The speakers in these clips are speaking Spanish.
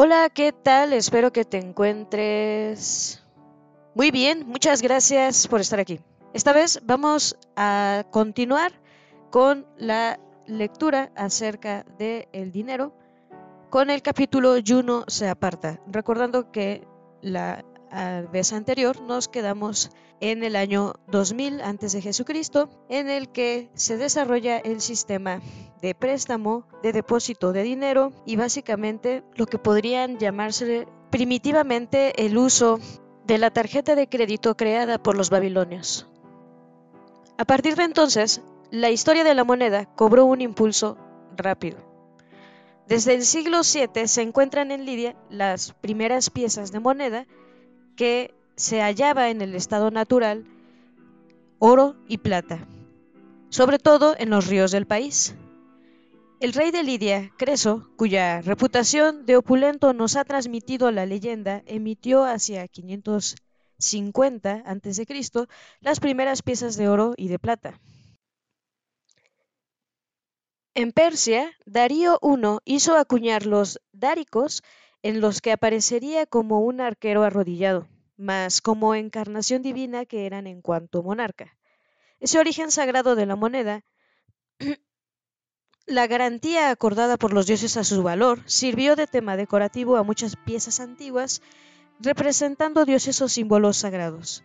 Hola, ¿qué tal? Espero que te encuentres muy bien. Muchas gracias por estar aquí. Esta vez vamos a continuar con la lectura acerca del dinero con el capítulo Juno se aparta. Recordando que la vez anterior nos quedamos en el año 2000 antes de Jesucristo, en el que se desarrolla el sistema de préstamo, de depósito de dinero y básicamente lo que podrían llamarse primitivamente el uso de la tarjeta de crédito creada por los babilonios. A partir de entonces, la historia de la moneda cobró un impulso rápido. Desde el siglo VII se encuentran en Lidia las primeras piezas de moneda que se hallaba en el estado natural oro y plata, sobre todo en los ríos del país. El rey de Lidia, Creso, cuya reputación de opulento nos ha transmitido la leyenda, emitió hacia 550 a.C. las primeras piezas de oro y de plata. En Persia, Darío I hizo acuñar los dáricos, en los que aparecería como un arquero arrodillado, mas como encarnación divina que eran en cuanto monarca. Ese origen sagrado de la moneda, la garantía acordada por los dioses a su valor, sirvió de tema decorativo a muchas piezas antiguas, representando dioses o símbolos sagrados.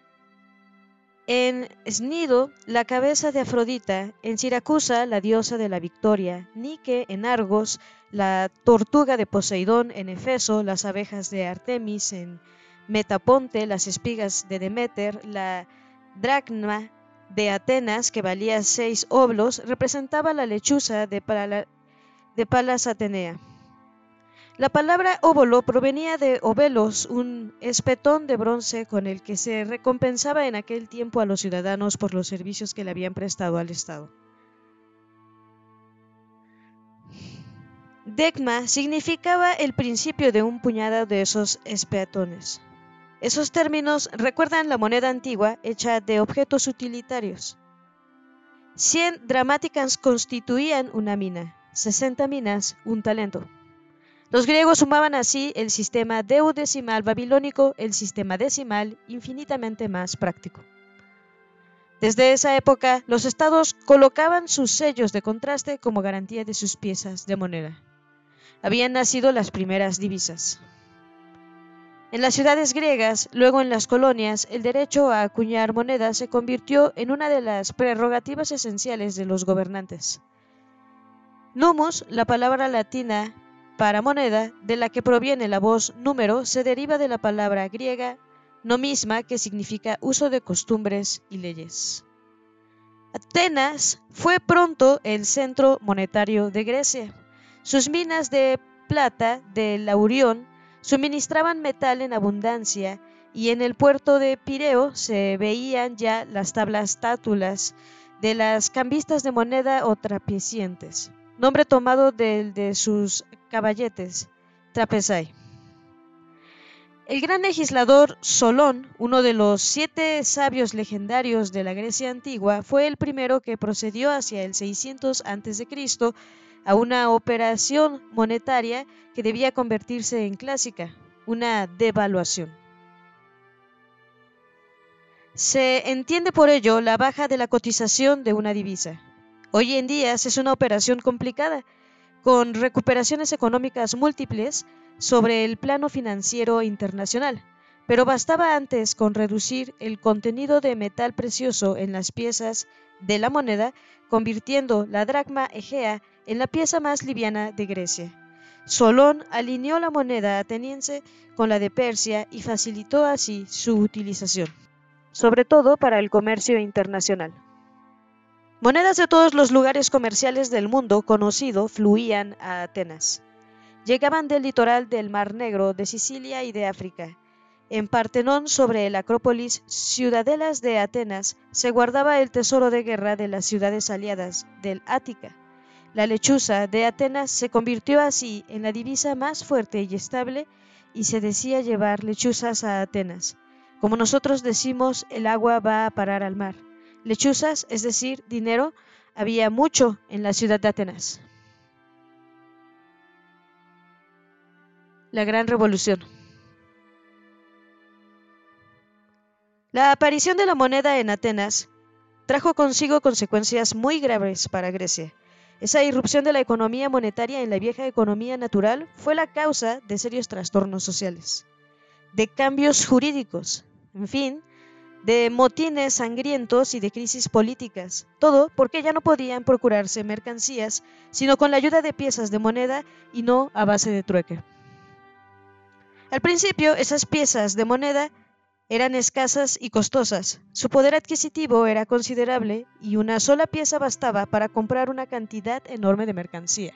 En Cnido, la cabeza de Afrodita; en Siracusa, la diosa de la victoria; Nike, en Argos, la tortuga de Poseidón; en Efeso, las abejas de Artemis; en Metaponte, las espigas de Deméter; la dracma de Atenas, que valía 6 oblos, representaba la lechuza de Palas Atenea. La palabra óbolo provenía de obelos, un espetón de bronce con el que se recompensaba en aquel tiempo a los ciudadanos por los servicios que le habían prestado al Estado. Decma significaba el principio de un puñado de esos espetones. Esos términos recuerdan la moneda antigua hecha de objetos utilitarios. 100 dramáticas constituían una mina, 60 minas un talento. Los griegos sumaban así el sistema duodecimal babilónico, el sistema decimal infinitamente más práctico. Desde esa época, los estados colocaban sus sellos de contraste como garantía de sus piezas de moneda. Habían nacido las primeras divisas. En las ciudades griegas, luego en las colonias, el derecho a acuñar moneda se convirtió en una de las prerrogativas esenciales de los gobernantes. Numus, la palabra latina para moneda, de la que proviene la voz número, se deriva de la palabra griega nomisma, que significa uso de costumbres y leyes. Atenas fue pronto el centro monetario de Grecia. Sus minas de plata de Laurión suministraban metal en abundancia, y en el puerto de Pireo se veían ya las tátulas de las cambistas de moneda o trapecientes, nombre tomado del de sus caballetes, trapezai. El gran legislador Solón, uno de los 7 sabios legendarios de la Grecia antigua, fue el primero que procedió hacia el 600 a.C. a una operación monetaria que debía convertirse en clásica, una devaluación. Se entiende por ello la baja de la cotización de una divisa. Hoy en día es una operación complicada, con recuperaciones económicas múltiples sobre el plano financiero internacional, pero bastaba antes con reducir el contenido de metal precioso en las piezas de la moneda, convirtiendo la dracma egea en la pieza más liviana de Grecia. Solón alineó la moneda ateniense con la de Persia y facilitó así su utilización, sobre todo para el comercio internacional. Monedas de todos los lugares comerciales del mundo conocido fluían a Atenas. Llegaban del litoral del Mar Negro, de Sicilia y de África. En Partenón, sobre el Acrópolis, ciudadelas de Atenas, se guardaba el tesoro de guerra de las ciudades aliadas del Ática. La lechuza de Atenas se convirtió así en la divisa más fuerte y estable, y se decía llevar lechuzas a Atenas. Como nosotros decimos, el agua va a parar al mar. Lechuzas, es decir, dinero, había mucho en la ciudad de Atenas. La Gran Revolución. La aparición de la moneda en Atenas trajo consigo consecuencias muy graves para Grecia. Esa irrupción de la economía monetaria en la vieja economía natural fue la causa de serios trastornos sociales, de cambios jurídicos, en fin, de motines sangrientos y de crisis políticas, todo porque ya no podían procurarse mercancías, sino con la ayuda de piezas de moneda y no a base de trueque. Al principio, esas piezas de moneda eran escasas y costosas, su poder adquisitivo era considerable y una sola pieza bastaba para comprar una cantidad enorme de mercancía.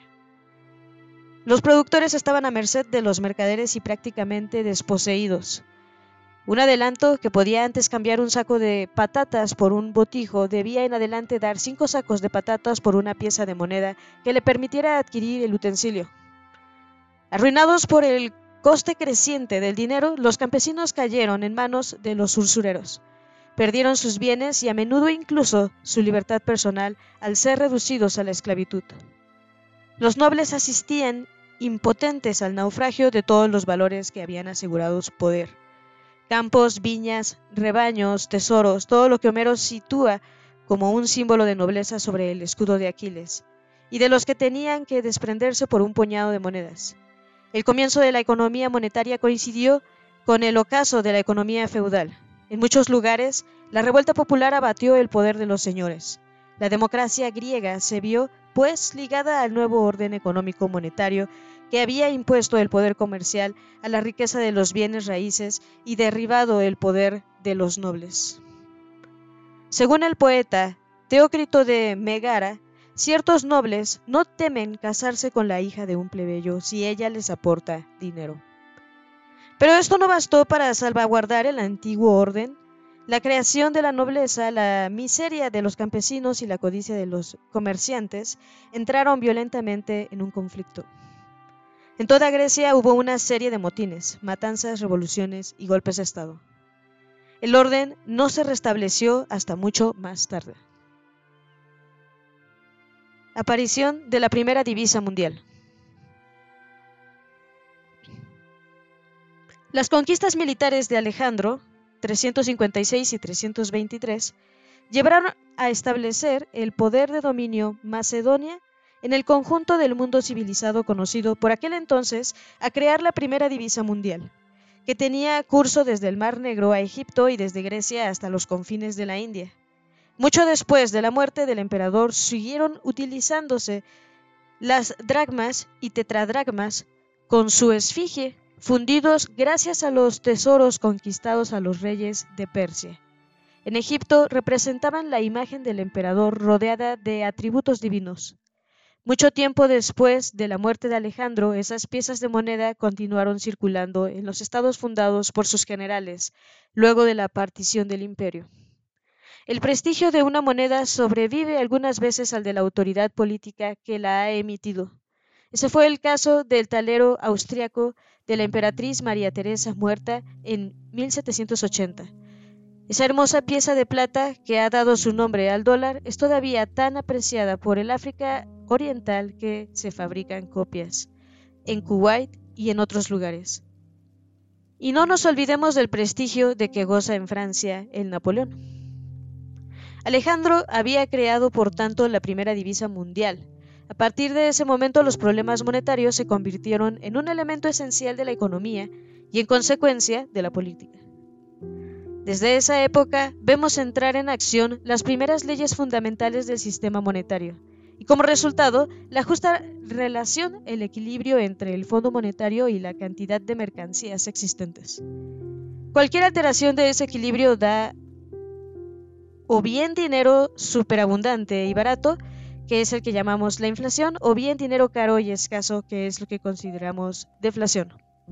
Los productores estaban a merced de los mercaderes y prácticamente desposeídos. Un adelanto que podía antes cambiar un saco de patatas por un botijo debía en adelante dar 5 sacos de patatas por una pieza de moneda que le permitiera adquirir el utensilio. Arruinados por el coste creciente del dinero, los campesinos cayeron en manos de los usureros. Perdieron sus bienes y a menudo incluso su libertad personal al ser reducidos a la esclavitud. Los nobles asistían impotentes al naufragio de todos los valores que habían asegurado su poder. Campos, viñas, rebaños, tesoros, todo lo que Homero sitúa como un símbolo de nobleza sobre el escudo de Aquiles, y de los que tenían que desprenderse por un puñado de monedas. El comienzo de la economía monetaria coincidió con el ocaso de la economía feudal. En muchos lugares, la revuelta popular abatió el poder de los señores. La democracia griega se vio, pues, ligada al nuevo orden económico monetario que había impuesto el poder comercial a la riqueza de los bienes raíces y derribado el poder de los nobles. Según el poeta Teócrito de Megara, ciertos nobles no temen casarse con la hija de un plebeyo si ella les aporta dinero. Pero esto no bastó para salvaguardar el antiguo orden. La creación de la nobleza, la miseria de los campesinos y la codicia de los comerciantes entraron violentamente en un conflicto. En toda Grecia hubo una serie de motines, matanzas, revoluciones y golpes de estado. El orden no se restableció hasta mucho más tarde. Aparición de la primera divisa mundial. Las conquistas militares de Alejandro, 356 y 323, llevaron a establecer el poder de dominio Macedonia en el conjunto del mundo civilizado conocido por aquel entonces, a crear la primera divisa mundial, que tenía curso desde el Mar Negro a Egipto y desde Grecia hasta los confines de la India. Mucho después de la muerte del emperador siguieron utilizándose las dracmas y tetradracmas con su esfinge, fundidos gracias a los tesoros conquistados a los reyes de Persia. En Egipto representaban la imagen del emperador rodeada de atributos divinos. Mucho tiempo después de la muerte de Alejandro, esas piezas de moneda continuaron circulando en los estados fundados por sus generales, luego de la partición del imperio. El prestigio de una moneda sobrevive algunas veces al de la autoridad política que la ha emitido. Ese fue el caso del talero austriaco de la emperatriz María Teresa, muerta en 1780. Esa hermosa pieza de plata que ha dado su nombre al dólar es todavía tan apreciada por el África Oriental que se fabrican copias en Kuwait y en otros lugares. Y no nos olvidemos del prestigio de que goza en Francia el Napoleón. Alejandro había creado, por tanto, la primera divisa mundial. A partir de ese momento, los problemas monetarios se convirtieron en un elemento esencial de la economía y, en consecuencia, de la política. Desde esa época, vemos entrar en acción las primeras leyes fundamentales del sistema monetario y, como resultado, la justa relación, el equilibrio entre el fondo monetario y la cantidad de mercancías existentes. Cualquier alteración de ese equilibrio da o bien dinero superabundante y barato, que es el que llamamos la inflación, o bien dinero caro y escaso, que es lo que consideramos deflación.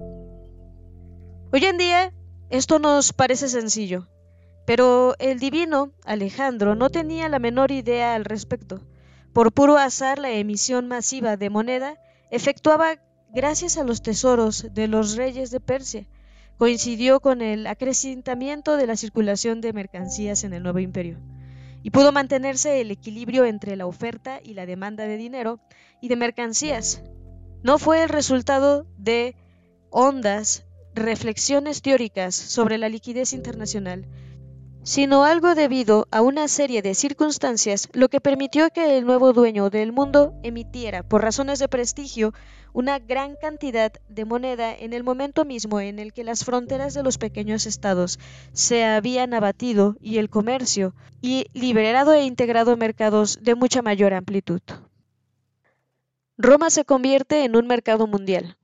Hoy en día, esto nos parece sencillo, pero el divino Alejandro no tenía la menor idea al respecto. Por puro azar, la emisión masiva de moneda efectuaba gracias a los tesoros de los reyes de Persia. Coincidió con el acrecentamiento de la circulación de mercancías en el nuevo imperio, y pudo mantenerse el equilibrio entre la oferta y la demanda de dinero y de mercancías. No fue el resultado de hondas reflexiones teóricas sobre la liquidez internacional, sino algo debido a una serie de circunstancias, lo que permitió que el nuevo dueño del mundo emitiera, por razones de prestigio, una gran cantidad de moneda en el momento mismo en el que las fronteras de los pequeños estados se habían abatido y el comercio, y liberado e integrado mercados de mucha mayor amplitud. Roma se convierte en un mercado mundial.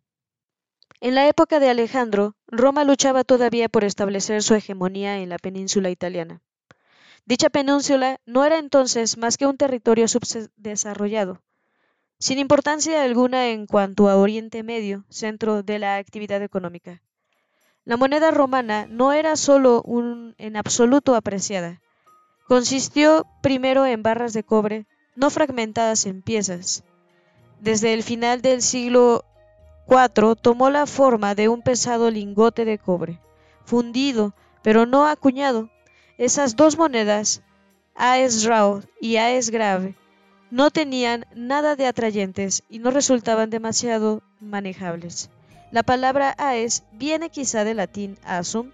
En la época de Alejandro, Roma luchaba todavía por establecer su hegemonía en la península italiana. Dicha península no era entonces más que un territorio subdesarrollado, sin importancia alguna en cuanto a Oriente Medio, centro de la actividad económica. La moneda romana no era solo en absoluto apreciada. Consistió primero en barras de cobre, no fragmentadas en piezas. Desde el final del siglo IV tomó la forma de un pesado lingote de cobre, fundido, pero no acuñado. Esas dos monedas, AES RAW y AES grave, no tenían nada de atrayentes y no resultaban demasiado manejables. La palabra AES viene quizá del latín asum,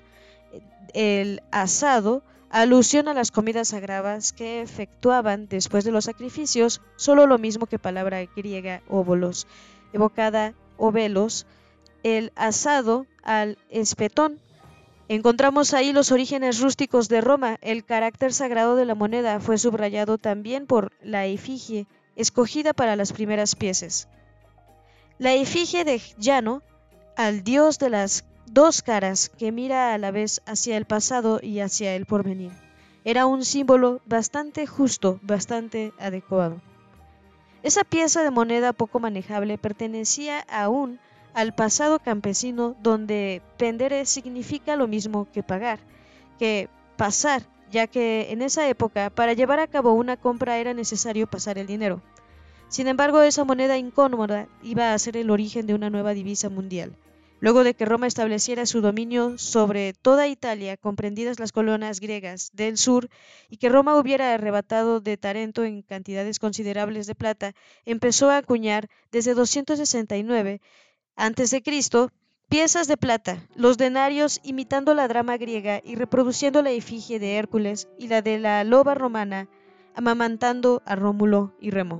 el asado, alusión a las comidas sagradas que efectuaban después de los sacrificios, solo lo mismo que palabra griega óvolos, evocada ovelos, el asado al espetón. Encontramos ahí los orígenes rústicos de Roma. El carácter sagrado de la moneda fue subrayado también por la efigie escogida para las primeras piezas. La efigie de Jano, al dios de las dos caras que mira a la vez hacia el pasado y hacia el porvenir, era un símbolo bastante justo, bastante adecuado. Esa pieza de moneda poco manejable pertenecía aún al pasado campesino, donde pendere significa lo mismo que pagar, que pasar, ya que en esa época para llevar a cabo una compra era necesario pasar el dinero. Sin embargo, esa moneda incómoda iba a ser el origen de una nueva divisa mundial. Luego de que Roma estableciera su dominio sobre toda Italia, comprendidas las colonias griegas del sur, y que Roma hubiera arrebatado de Tarento en cantidades considerables de plata, empezó a acuñar desde 269 a.C. piezas de plata, los denarios, imitando la drama griega y reproduciendo la efigie de Hércules y la de la loba romana, amamantando a Rómulo y Remo.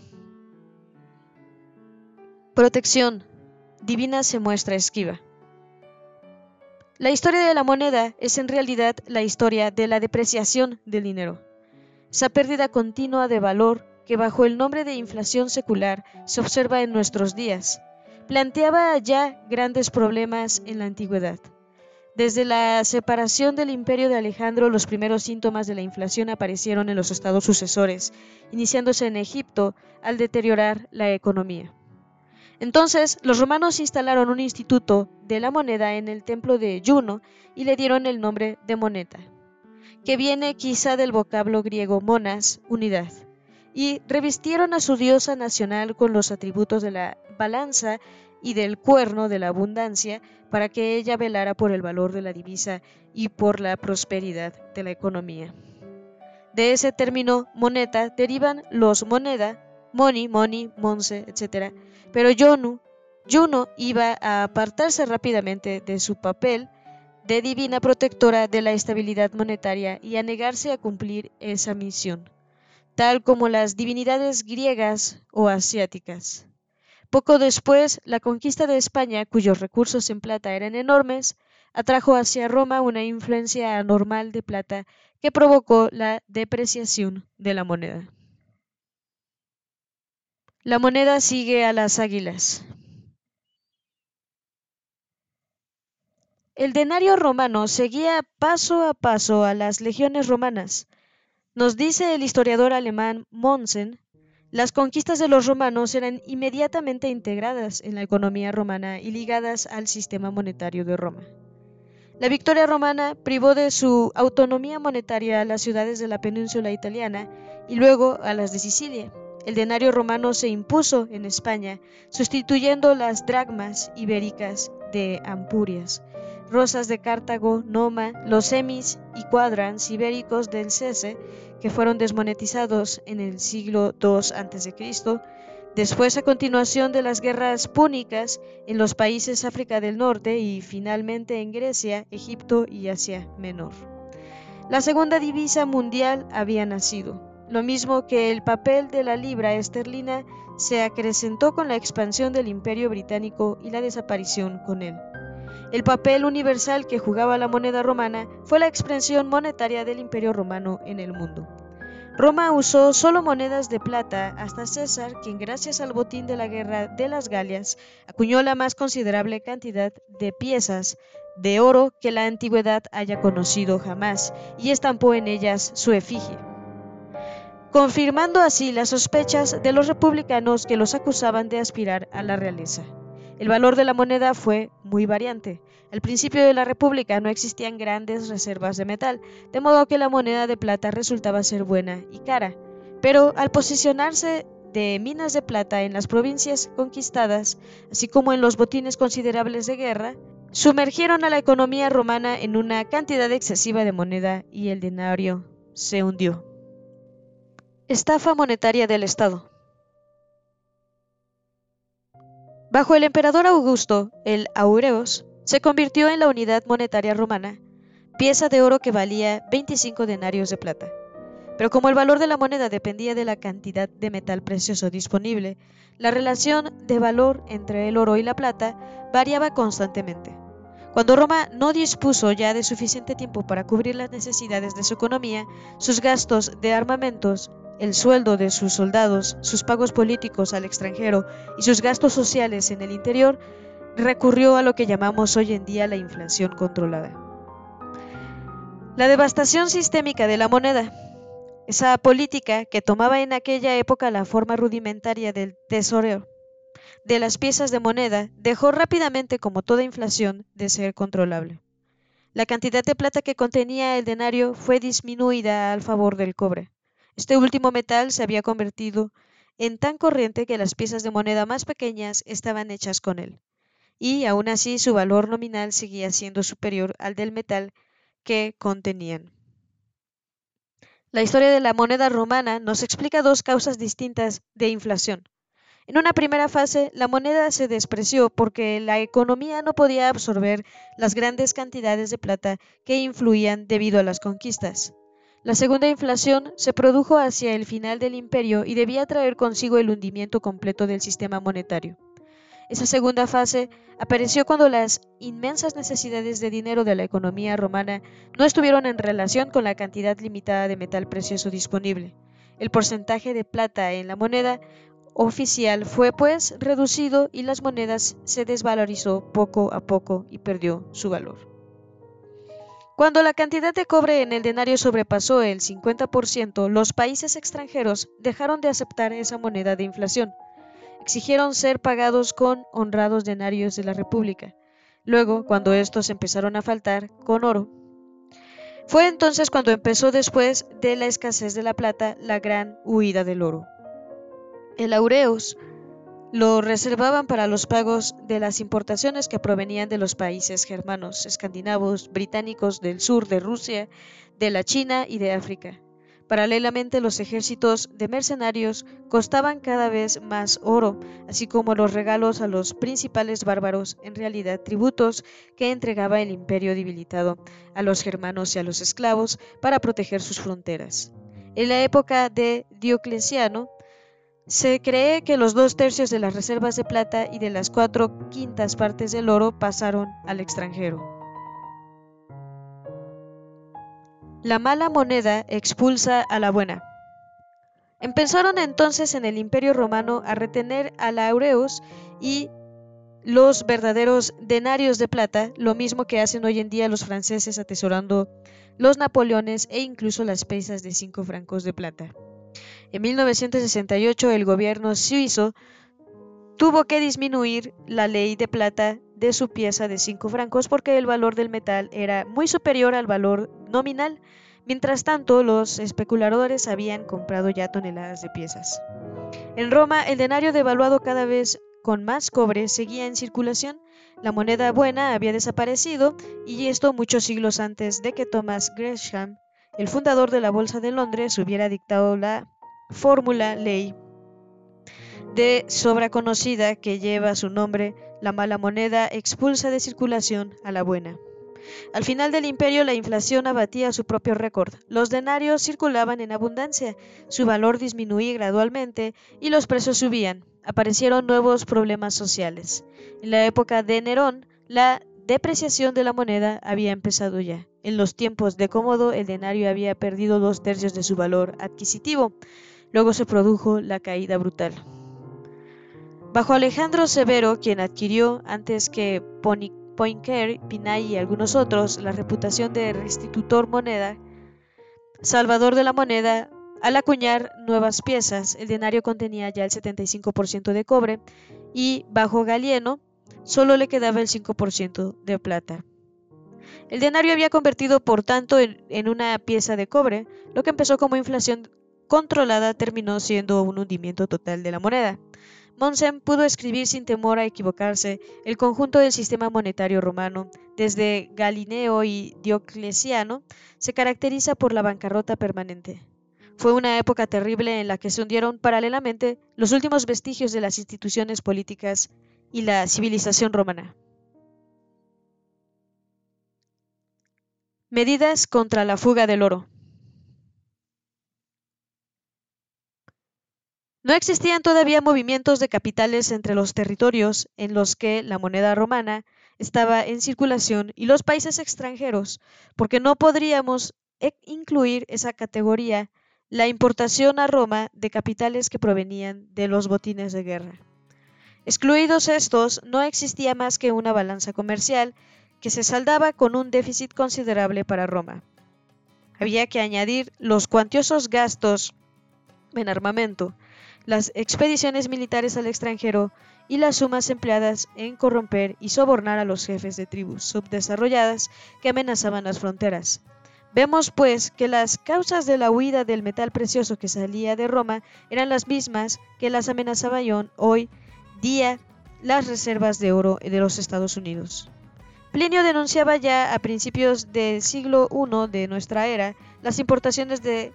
Protección divina se muestra esquiva. La historia de la moneda es en realidad la historia de la depreciación del dinero, esa pérdida continua de valor que bajo el nombre de inflación secular se observa en nuestros días. Planteaba ya grandes problemas en la antigüedad. Desde la separación del imperio de Alejandro, los primeros síntomas de la inflación aparecieron en los estados sucesores, iniciándose en Egipto al deteriorar la economía. Entonces, los romanos instalaron un instituto de la moneda en el templo de Juno y le dieron el nombre de moneta, que viene quizá del vocablo griego monas, unidad, y revistieron a su diosa nacional con los atributos de la balanza y del cuerno de la abundancia para que ella velara por el valor de la divisa y por la prosperidad de la economía. De ese término moneta derivan los moneda, money, monse, etc. Pero Juno iba a apartarse rápidamente de su papel de divina protectora de la estabilidad monetaria y a negarse a cumplir esa misión, tal como las divinidades griegas o asiáticas. Poco después, la conquista de España, cuyos recursos en plata eran enormes, atrajo hacia Roma una influencia anormal de plata que provocó la depreciación de la moneda. La moneda sigue a las águilas. El denario romano seguía paso a paso a las legiones romanas. Nos dice el historiador alemán Mommsen, las conquistas de los romanos eran inmediatamente integradas en la economía romana y ligadas al sistema monetario de Roma. La victoria romana privó de su autonomía monetaria a las ciudades de la península italiana y luego a las de Sicilia. El denario romano se impuso en España, sustituyendo las dracmas ibéricas de Ampurias, rosas de Cartago, Noma, los semis y cuadrans ibéricos del Cese, que fueron desmonetizados en el siglo II a.C., después a continuación de las guerras púnicas en los países África del Norte y finalmente en Grecia, Egipto y Asia Menor. La segunda divisa mundial había nacido. Lo mismo que el papel de la libra esterlina se acrecentó con la expansión del Imperio Británico y la desaparición con él. El papel universal que jugaba la moneda romana fue la expresión monetaria del Imperio Romano en el mundo. Roma usó solo monedas de plata hasta César, quien gracias al botín de la guerra de las Galias acuñó la más considerable cantidad de piezas de oro que la antigüedad haya conocido jamás y estampó en ellas su efigie, confirmando así las sospechas de los republicanos que los acusaban de aspirar a la realeza. El valor de la moneda fue muy variante. Al principio de la República no existían grandes reservas de metal, de modo que la moneda de plata resultaba ser buena y cara. Pero al posicionarse de minas de plata en las provincias conquistadas, así como en los botines considerables de guerra, sumergieron a la economía romana en una cantidad excesiva de moneda y el denario se hundió. Estafa monetaria del Estado. Bajo el emperador Augusto, el aureos se convirtió en la unidad monetaria romana, pieza de oro que valía 25 denarios de plata. Pero como el valor de la moneda dependía de la cantidad de metal precioso disponible, la relación de valor entre el oro y la plata variaba constantemente. Cuando Roma no dispuso ya de suficiente tiempo para cubrir las necesidades de su economía, sus gastos de armamentos, el sueldo de sus soldados, sus pagos políticos al extranjero y sus gastos sociales en el interior, recurrió a lo que llamamos hoy en día la inflación controlada. La devastación sistémica de la moneda. Esa política que tomaba en aquella época la forma rudimentaria del tesorero de las piezas de moneda dejó rápidamente, como toda inflación, de ser controlable. La cantidad de plata que contenía el denario fue disminuida al favor del cobre. Este último metal se había convertido en tan corriente que las piezas de moneda más pequeñas estaban hechas con él, y aún así su valor nominal seguía siendo superior al del metal que contenían. La historia de la moneda romana nos explica dos causas distintas de inflación. En una primera fase, la moneda se despreció porque la economía no podía absorber las grandes cantidades de plata que influían debido a las conquistas. La segunda inflación se produjo hacia el final del imperio y debía traer consigo el hundimiento completo del sistema monetario. Esa segunda fase apareció cuando las inmensas necesidades de dinero de la economía romana no estuvieron en relación con la cantidad limitada de metal precioso disponible. El porcentaje de plata en la moneda oficial fue pues reducido y las monedas se desvalorizó poco a poco y perdió su valor. Cuando la cantidad de cobre en el denario sobrepasó el 50%, los países extranjeros dejaron de aceptar esa moneda de inflación. Exigieron ser pagados con honrados denarios de la República. Luego, cuando estos empezaron a faltar, con oro. Fue entonces cuando empezó, después de la escasez de la plata, la gran huida del oro. El aureos lo reservaban para los pagos de las importaciones que provenían de los países germanos, escandinavos, británicos, del sur, de Rusia, de la China y de África. Paralelamente, los ejércitos de mercenarios costaban cada vez más oro, así como los regalos a los principales bárbaros, en realidad tributos que entregaba el imperio debilitado a los germanos y a los esclavos para proteger sus fronteras. En la época de Diocleciano, se cree que los 2/3 de las reservas de plata y de las 4/5 partes del oro pasaron al extranjero. La mala moneda expulsa a la buena. Empezaron entonces en el Imperio Romano a retener al aureos y los verdaderos denarios de plata, lo mismo que hacen hoy en día los franceses atesorando los napoleones e incluso las piezas de 5 francos de plata. En 1968 el gobierno suizo tuvo que disminuir la ley de plata de su pieza de 5 francos porque el valor del metal era muy superior al valor nominal. Mientras tanto, los especuladores habían comprado ya toneladas de piezas. En Roma, el denario devaluado cada vez con más cobre seguía en circulación. La moneda buena había desaparecido, y esto muchos siglos antes de que Thomas Gresham, el fundador de la Bolsa de Londres, hubiera dictado la fórmula ley de sobra conocida que lleva su nombre, la mala moneda expulsa de circulación a la buena. Al final del imperio la inflación abatía su propio récord, los denarios circulaban en abundancia, su valor disminuía gradualmente y los precios subían. Aparecieron nuevos problemas sociales. En la época de Nerón, la depreciación de la moneda había empezado ya. En los tiempos de Cómodo, el denario había perdido 2/3 de su valor adquisitivo. Luego se produjo la caída brutal. Bajo Alejandro Severo, quien adquirió, antes que Poincaré, Pinay y algunos otros, la reputación de restitutor moneda, salvador de la moneda, al acuñar nuevas piezas, el denario contenía ya el 75% de cobre y bajo Galieno solo le quedaba el 5% de plata. El denario había convertido, por tanto, en una pieza de cobre. Lo que empezó como inflación controlada terminó siendo un hundimiento total de la moneda. Mommsen pudo escribir sin temor a equivocarse: el conjunto del sistema monetario romano, desde Galineo y Diocleciano, se caracteriza por la bancarrota permanente. Fue una época terrible en la que se hundieron paralelamente los últimos vestigios de las instituciones políticas y la civilización romana. Medidas contra la fuga del oro. No existían todavía movimientos de capitales entre los territorios en los que la moneda romana estaba en circulación y los países extranjeros, porque no podríamos incluir esa categoría la importación a Roma de capitales que provenían de los botines de guerra. Excluidos estos, no existía más que una balanza comercial que se saldaba con un déficit considerable para Roma. Había que añadir los cuantiosos gastos en armamento, las expediciones militares al extranjero y las sumas empleadas en corromper y sobornar a los jefes de tribus subdesarrolladas que amenazaban las fronteras. Vemos, pues, que las causas de la huida del metal precioso que salía de Roma eran las mismas que las amenazaban hoy día las reservas de oro de los Estados Unidos. Plinio denunciaba ya a principios del siglo I de nuestra era las importaciones de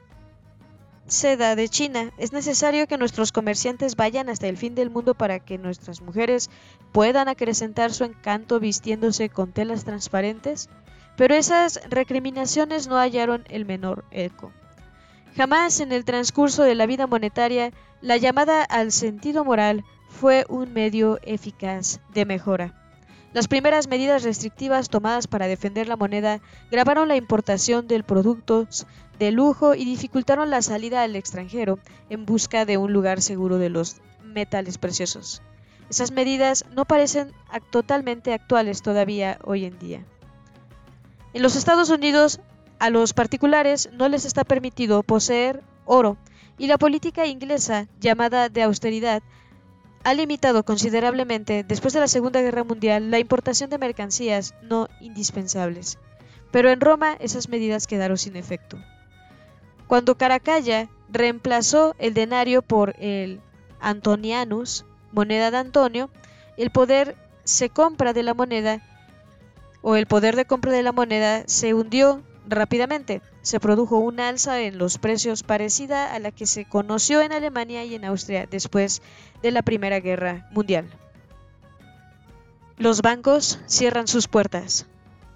seda de China. Es necesario que nuestros comerciantes vayan hasta el fin del mundo para que nuestras mujeres puedan acrecentar su encanto vistiéndose con telas transparentes, pero esas recriminaciones no hallaron el menor eco. Jamás en el transcurso de la vida monetaria la llamada al sentido moral fue un medio eficaz de mejora. Las primeras medidas restrictivas tomadas para defender la moneda gravaron la importación de productos de lujo y dificultaron la salida al extranjero en busca de un lugar seguro de los metales preciosos. Esas medidas no parecen totalmente actuales todavía hoy en día. En los Estados Unidos, a los particulares no les está permitido poseer oro, y la política inglesa, llamada de austeridad, ha limitado considerablemente, después de la Segunda Guerra Mundial, la importación de mercancías no indispensables. Pero en Roma esas medidas quedaron sin efecto. Cuando Caracalla reemplazó el denario por el Antonianus, moneda de Antonio, el poder de compra de la moneda se hundió rápidamente. Se produjo un alza en los precios parecida a la que se conoció en Alemania y en Austria después de la Primera Guerra Mundial. Los bancos cierran sus puertas.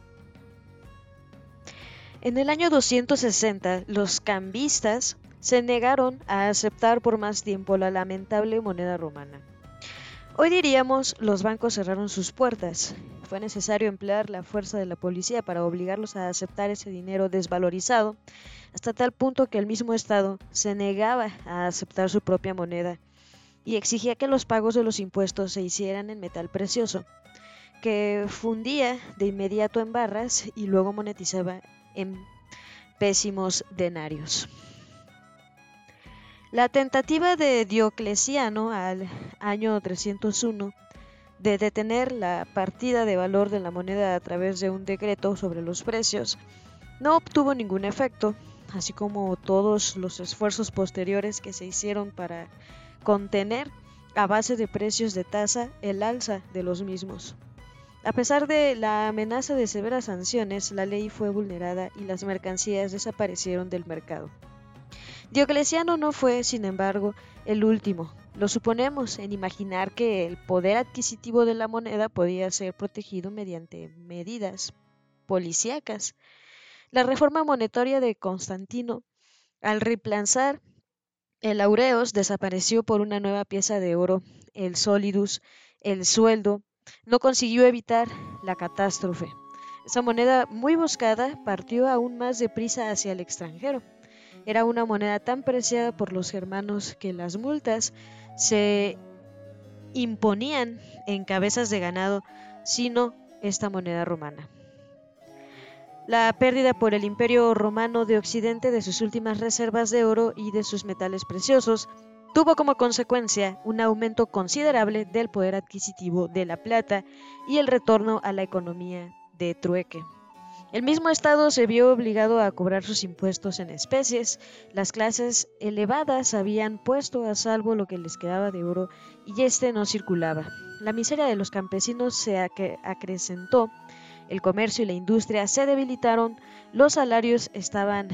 En el año 260, los cambistas se negaron a aceptar por más tiempo la lamentable moneda romana. Hoy diríamos, los bancos cerraron sus puertas. Fue necesario emplear la fuerza de la policía para obligarlos a aceptar ese dinero desvalorizado, hasta tal punto que el mismo Estado se negaba a aceptar su propia moneda y exigía que los pagos de los impuestos se hicieran en metal precioso, que fundía de inmediato en barras y luego monetizaba en pésimos denarios. La tentativa de Diocleciano al año 301 de detener la partida de valor de la moneda a través de un decreto sobre los precios no obtuvo ningún efecto, así como todos los esfuerzos posteriores que se hicieron para contener a base de precios de tasa el alza de los mismos. A pesar de la amenaza de severas sanciones, la ley fue vulnerada y las mercancías desaparecieron del mercado. Diocleciano no fue, sin embargo, el último. lo suponemos en imaginar que el poder adquisitivo de la moneda podía ser protegido mediante medidas policíacas. La reforma monetaria de Constantino, al reemplazar el aureos, desapareció por una nueva pieza de oro, el solidus, el sueldo, no consiguió evitar la catástrofe. Esa moneda muy buscada partió aún más deprisa hacia el extranjero. Era una moneda tan preciada por los germanos que las multas se imponían en cabezas de ganado, sino esta moneda romana. La pérdida por el Imperio Romano de Occidente de sus últimas reservas de oro y de sus metales preciosos tuvo como consecuencia un aumento considerable del poder adquisitivo de la plata y el retorno a la economía de trueque. El mismo Estado se vio obligado a cobrar sus impuestos en especies. Las clases elevadas habían puesto a salvo lo que les quedaba de oro y este no circulaba. La miseria de los campesinos se acrecentó, el comercio y la industria se debilitaron, los salariados estaban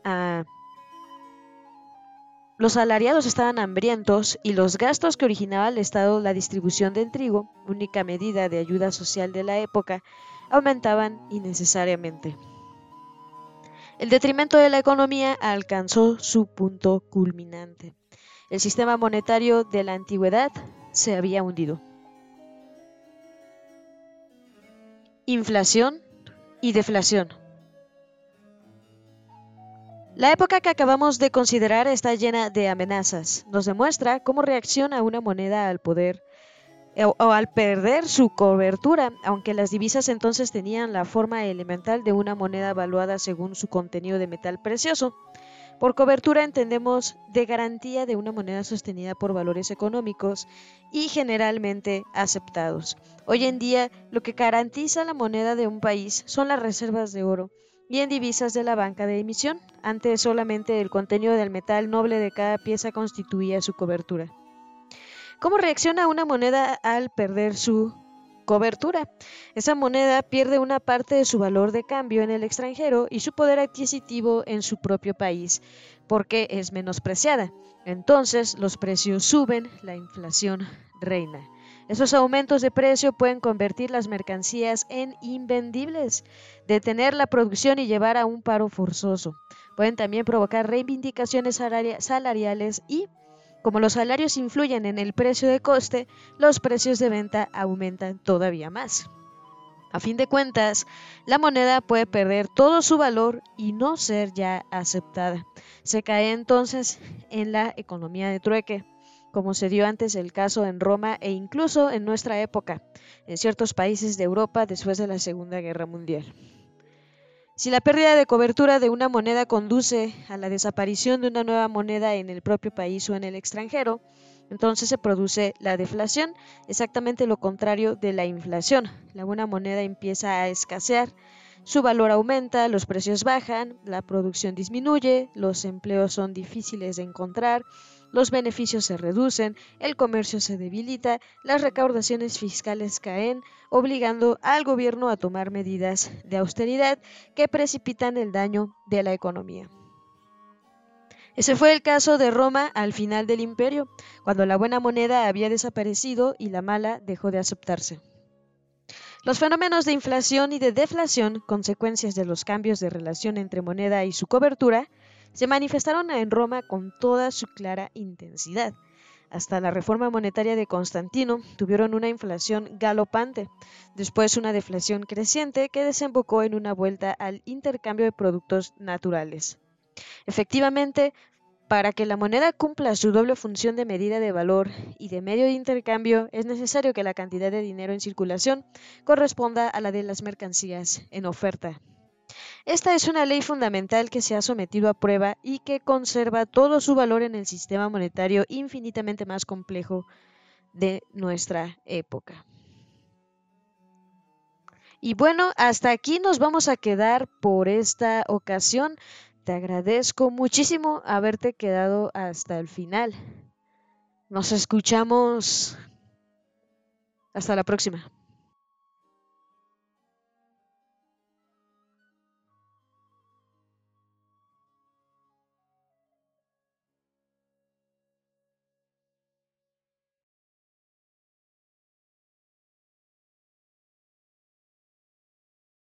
hambrientos y los gastos que originaba el Estado la distribución del trigo, única medida de ayuda social de la época, aumentaban innecesariamente. El detrimento de la economía alcanzó su punto culminante. El sistema monetario de la antigüedad se había hundido. Inflación y deflación. La época que acabamos de considerar está llena de amenazas. Nos demuestra cómo reacciona una moneda al poder o al perder su cobertura, aunque las divisas entonces tenían la forma elemental de una moneda valuada según su contenido de metal precioso. Por cobertura entendemos de garantía de una moneda sostenida por valores económicos y generalmente aceptados. Hoy en día, lo que garantiza la moneda de un país son las reservas de oro y en divisas de la banca de emisión. Antes solamente el contenido del metal noble de cada pieza constituía su cobertura. ¿Cómo reacciona una moneda al perder su cobertura? Esa moneda pierde una parte de su valor de cambio en el extranjero y su poder adquisitivo en su propio país, porque es menospreciada. Entonces los precios suben, la inflación reina. Esos aumentos de precio pueden convertir las mercancías en invendibles, detener la producción y llevar a un paro forzoso. Pueden también provocar reivindicaciones salariales y, como los salarios influyen en el precio de coste, los precios de venta aumentan todavía más. A fin de cuentas, la moneda puede perder todo su valor y no ser ya aceptada. Se cae entonces en la economía de trueque, como se dio antes el caso en Roma e incluso en nuestra época, en ciertos países de Europa después de la Segunda Guerra Mundial. Si la pérdida de cobertura de una moneda conduce a la desaparición de una nueva moneda en el propio país o en el extranjero, entonces se produce la deflación, exactamente lo contrario de la inflación. La buena moneda empieza a escasear, su valor aumenta, los precios bajan, la producción disminuye, los empleos son difíciles de encontrar, los beneficios se reducen, el comercio se debilita, las recaudaciones fiscales caen, obligando al gobierno a tomar medidas de austeridad que precipitan el daño de la economía. Ese fue el caso de Roma al final del imperio, cuando la buena moneda había desaparecido y la mala dejó de aceptarse. Los fenómenos de inflación y de deflación, consecuencias de los cambios de relación entre moneda y su cobertura, se manifestaron en Roma con toda su clara intensidad. Hasta la reforma monetaria de Constantino tuvieron una inflación galopante, después una deflación creciente que desembocó en una vuelta al intercambio de productos naturales. Efectivamente, para que la moneda cumpla su doble función de medida de valor y de medio de intercambio, es necesario que la cantidad de dinero en circulación corresponda a la de las mercancías en oferta. Esta es una ley fundamental que se ha sometido a prueba y que conserva todo su valor en el sistema monetario infinitamente más complejo de nuestra época. Y bueno, hasta aquí nos vamos a quedar por esta ocasión. Te agradezco muchísimo haberte quedado hasta el final. Nos escuchamos. Hasta la próxima.